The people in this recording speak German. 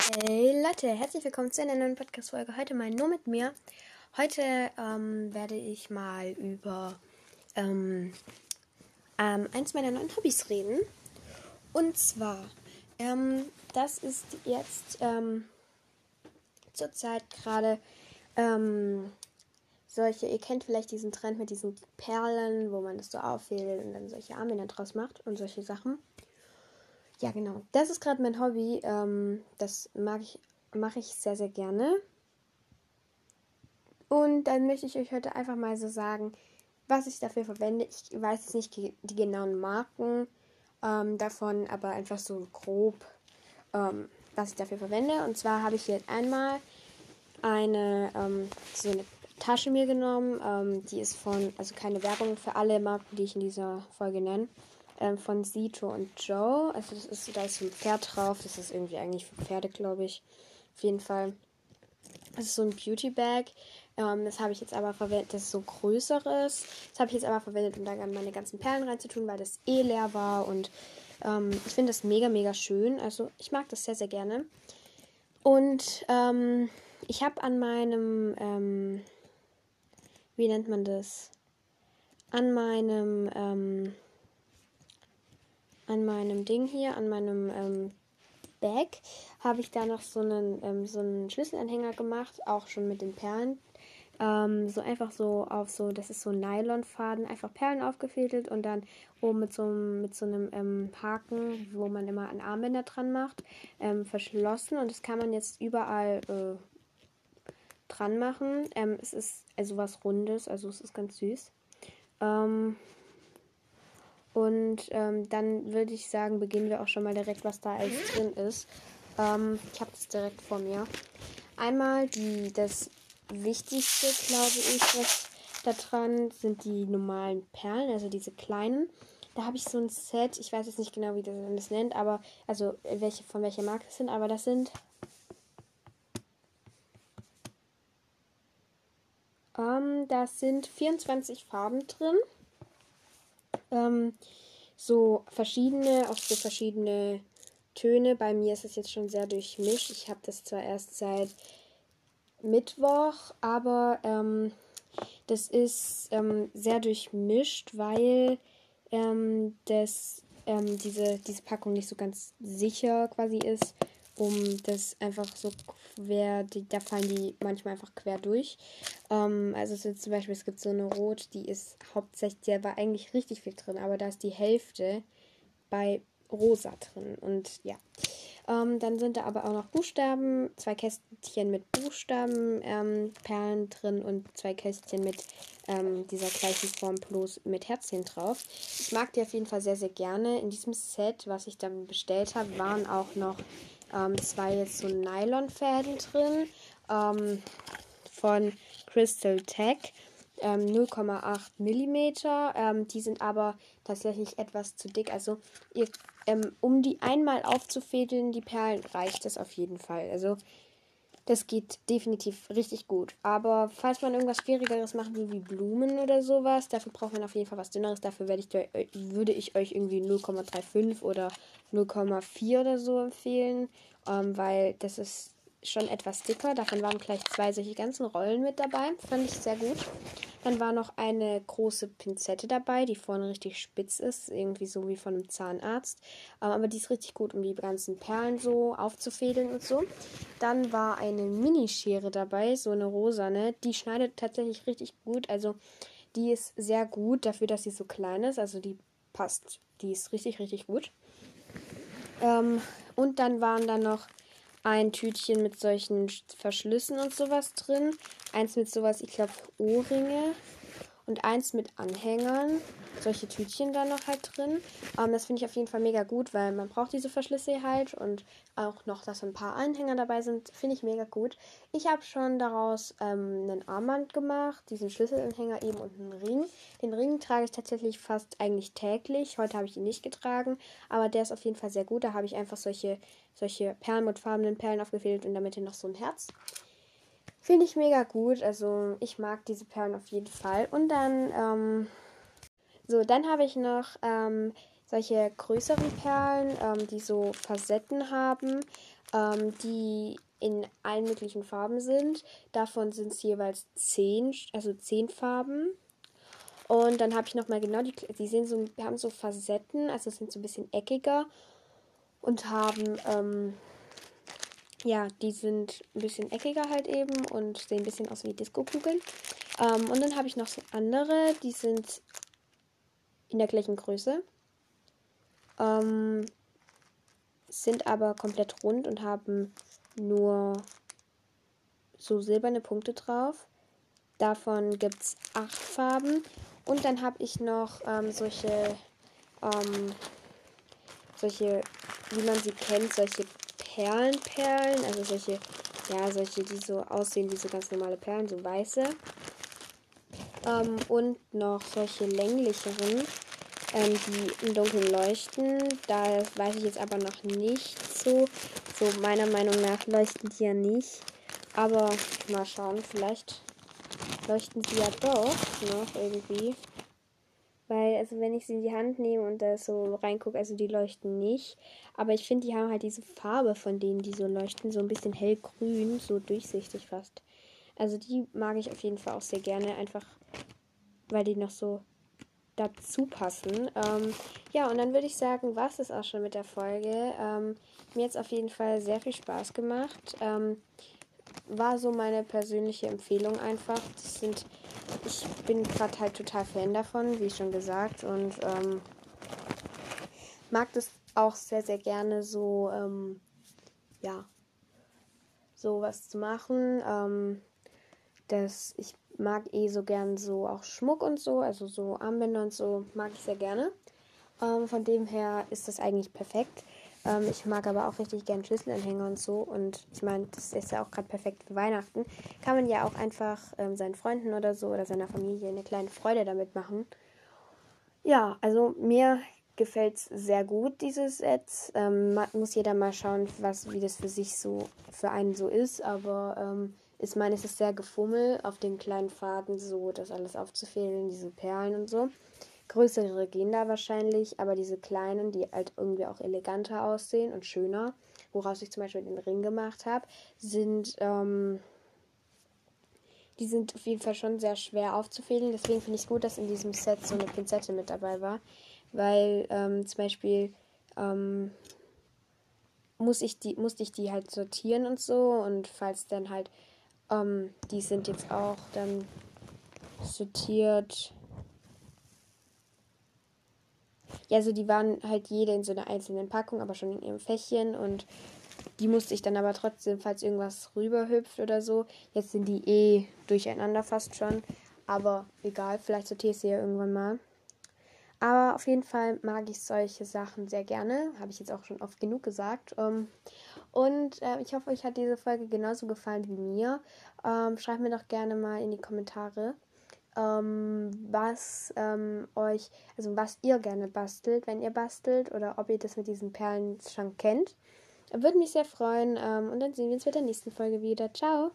Hey Leute, herzlich willkommen zu einer neuen Podcast-Folge. Heute mal nur mit mir. Heute werde ich mal über eins meiner neuen Hobbys reden. Und zwar, das ist jetzt zurzeit gerade solche, ihr kennt vielleicht diesen Trend mit diesen Perlen, wo man das so auffädelt und dann solche Armbänder draus macht und solche Sachen. Ja, genau. Das ist gerade mein Hobby. Das mache ich sehr, sehr gerne. Und dann möchte ich euch heute einfach mal so sagen, was ich dafür verwende. Ich weiß jetzt nicht die genauen Marken davon, aber einfach so grob, was ich dafür verwende. Und zwar habe ich jetzt einmal so eine Tasche mir genommen. Die ist also keine Werbung für alle Marken, die ich in dieser Folge nenne. Von Zito und Joe. Also da ist so ein Pferd drauf. Das ist irgendwie eigentlich für Pferde, glaube ich. Auf jeden Fall. Das ist so ein Beauty Bag. Das habe ich jetzt aber verwendet. Das ist so größeres. Das habe ich jetzt aber verwendet, um da meine ganzen Perlen reinzutun, weil das leer war. Und ich finde das mega, mega schön. Also ich mag das sehr, sehr gerne. Und ich habe an meinem, wie nennt man das? An meinem Ding hier, an meinem Bag, habe ich da noch so einen Schlüsselanhänger gemacht, auch schon mit den Perlen. So einfach so das ist so ein Nylonfaden, einfach Perlen aufgefädelt und dann oben mit so einem Haken, wo man immer ein Armbänder dran macht, verschlossen. Und das kann man jetzt überall dran machen. Es ist also was Rundes, also es ist ganz süß. Dann würde ich sagen, beginnen wir auch schon mal direkt, was da alles drin ist. Ich habe das direkt vor mir. Einmal das Wichtigste, glaube ich, was da dran sind die normalen Perlen, also diese kleinen. Da habe ich so ein Set, ich weiß jetzt nicht genau, wie man das nennt, aber also von welcher Marke es sind, aber das sind 24 Farben drin. So verschiedene Töne. Bei mir ist es jetzt schon sehr durchmischt. Ich habe das zwar erst seit Mittwoch, aber das ist sehr durchmischt, weil diese Packung nicht so ganz sicher quasi ist, das einfach so da fallen die manchmal einfach quer durch. Also zum Beispiel, es gibt so eine Rot, die ist da war eigentlich richtig viel drin, aber da ist die Hälfte bei rosa drin und ja. Dann sind da aber auch noch Buchstaben, 2 Kästchen mit Buchstaben, Perlen drin und 2 Kästchen mit dieser gleichen Form bloß mit Herzchen drauf. Ich mag die auf jeden Fall sehr, sehr gerne. In diesem Set, was ich dann bestellt habe, waren auch noch 2 jetzt so Nylonfäden drin von Crystal Tech. 0,8 mm. Die sind aber tatsächlich etwas zu dick. Also um die einmal aufzufädeln, die Perlen, reicht das auf jeden Fall. Also das geht definitiv richtig gut. Aber falls man irgendwas Schwierigeres machen will, wie Blumen oder sowas, dafür braucht man auf jeden Fall was Dünneres. Dafür würde ich euch irgendwie 0,35 oder 0,4 oder so empfehlen, weil das ist schon etwas dicker. Davon waren gleich 2 solche ganzen Rollen mit dabei. Fand ich sehr gut. Dann war noch eine große Pinzette dabei, die vorne richtig spitz ist, irgendwie so wie von einem Zahnarzt. Aber die ist richtig gut, um die ganzen Perlen so aufzufädeln und so. Dann war eine Minischere dabei, so eine rosane. Die schneidet tatsächlich richtig gut. Also die ist sehr gut dafür, dass sie so klein ist. Also die passt. Die ist richtig, richtig gut. Und dann waren da noch ein Tütchen mit solchen Verschlüssen und sowas drin. Eins mit sowas, ich glaube, Ohrringe. Und eins mit Anhängern. Solche Tütchen da noch halt drin. Das finde ich auf jeden Fall mega gut, weil man braucht diese Verschlüsse halt. Und auch noch, dass ein paar Anhänger dabei sind, finde ich mega gut. Ich habe schon daraus einen Armband gemacht, diesen Schlüsselanhänger eben und einen Ring. Den Ring trage ich tatsächlich fast eigentlich täglich. Heute habe ich ihn nicht getragen, aber der ist auf jeden Fall sehr gut. Da habe ich einfach solche perlmuttfarbenen Perlen aufgefädelt und in der Mitte noch so ein Herz. Finde ich mega gut. Also ich mag diese Perlen auf jeden Fall. Und dann, dann habe ich noch solche größeren Perlen, die so Facetten haben, die in allen möglichen Farben sind. Davon sind es jeweils 10, also 10 Farben. Und dann habe ich nochmal genau die sehen so, haben so Facetten, also sind so ein bisschen eckiger und haben, ja, die sind ein bisschen eckiger halt eben und sehen ein bisschen aus wie Disco-Kugeln. Und dann habe ich noch so andere, die sind in der gleichen Größe, sind aber komplett rund und haben nur so silberne Punkte drauf. Davon gibt es 8 Farben. Und dann habe ich noch solche, wie man sie kennt, solche Perlen, also solche, die so aussehen wie so ganz normale Perlen, so weiße. Und noch solche länglicheren, die im Dunkeln leuchten. Da weiß ich jetzt aber noch nicht so. So meiner Meinung nach leuchten die ja nicht. Aber mal schauen, vielleicht leuchten sie ja doch noch irgendwie. Weil, also wenn ich sie in die Hand nehme und da so reingucke, also die leuchten nicht. Aber ich finde, die haben halt diese Farbe von denen, die so leuchten, so ein bisschen hellgrün, so durchsichtig fast. Also die mag ich auf jeden Fall auch sehr gerne, einfach weil die noch so dazu passen. Ja, und dann würde ich sagen, war es auch schon mit der Folge. Mir hat es auf jeden Fall sehr viel Spaß gemacht. War so meine persönliche Empfehlung einfach. Ich bin gerade halt total Fan davon, wie schon gesagt, und mag das auch sehr, sehr gerne so, ja, so was zu machen. Ich mag so gern so auch Schmuck und so, also so Armbänder und so mag ich sehr gerne. Von dem her ist das eigentlich perfekt. Ich mag aber auch richtig gern Schlüsselanhänger und so. Und ich meine, das ist ja auch gerade perfekt für Weihnachten. Kann man ja auch einfach seinen Freunden oder so oder seiner Familie eine kleine Freude damit machen. Ja, also mir gefällt es sehr gut, dieses Set. Muss jeder mal schauen, wie das für sich so, für einen so ist. Aber ich meine, es ist sehr gefummel auf den kleinen Faden, so das alles aufzufädeln, diese Perlen und so. Größere gehen da wahrscheinlich, aber diese kleinen, die halt irgendwie auch eleganter aussehen und schöner, woraus ich zum Beispiel den Ring gemacht habe, die sind auf jeden Fall schon sehr schwer aufzufädeln. Deswegen finde ich es gut, dass in diesem Set so eine Pinzette mit dabei war, weil zum Beispiel musste ich die halt sortieren und so, und falls dann halt, die sind jetzt auch dann sortiert. Ja, also die waren halt jede in so einer einzelnen Packung, aber schon in ihrem Fächchen, und die musste ich dann aber trotzdem, falls irgendwas rüberhüpft oder so. Jetzt sind die durcheinander fast schon, aber egal, vielleicht sortiere ich sie ja irgendwann mal. Aber auf jeden Fall mag ich solche Sachen sehr gerne, habe ich jetzt auch schon oft genug gesagt. Und ich hoffe, euch hat diese Folge genauso gefallen wie mir. Schreibt mir doch gerne mal in die Kommentare, was ihr gerne bastelt, wenn ihr bastelt, oder ob ihr das mit diesen Perlen schon kennt. Würde mich sehr freuen. Und dann sehen wir uns mit der nächsten Folge wieder. Ciao!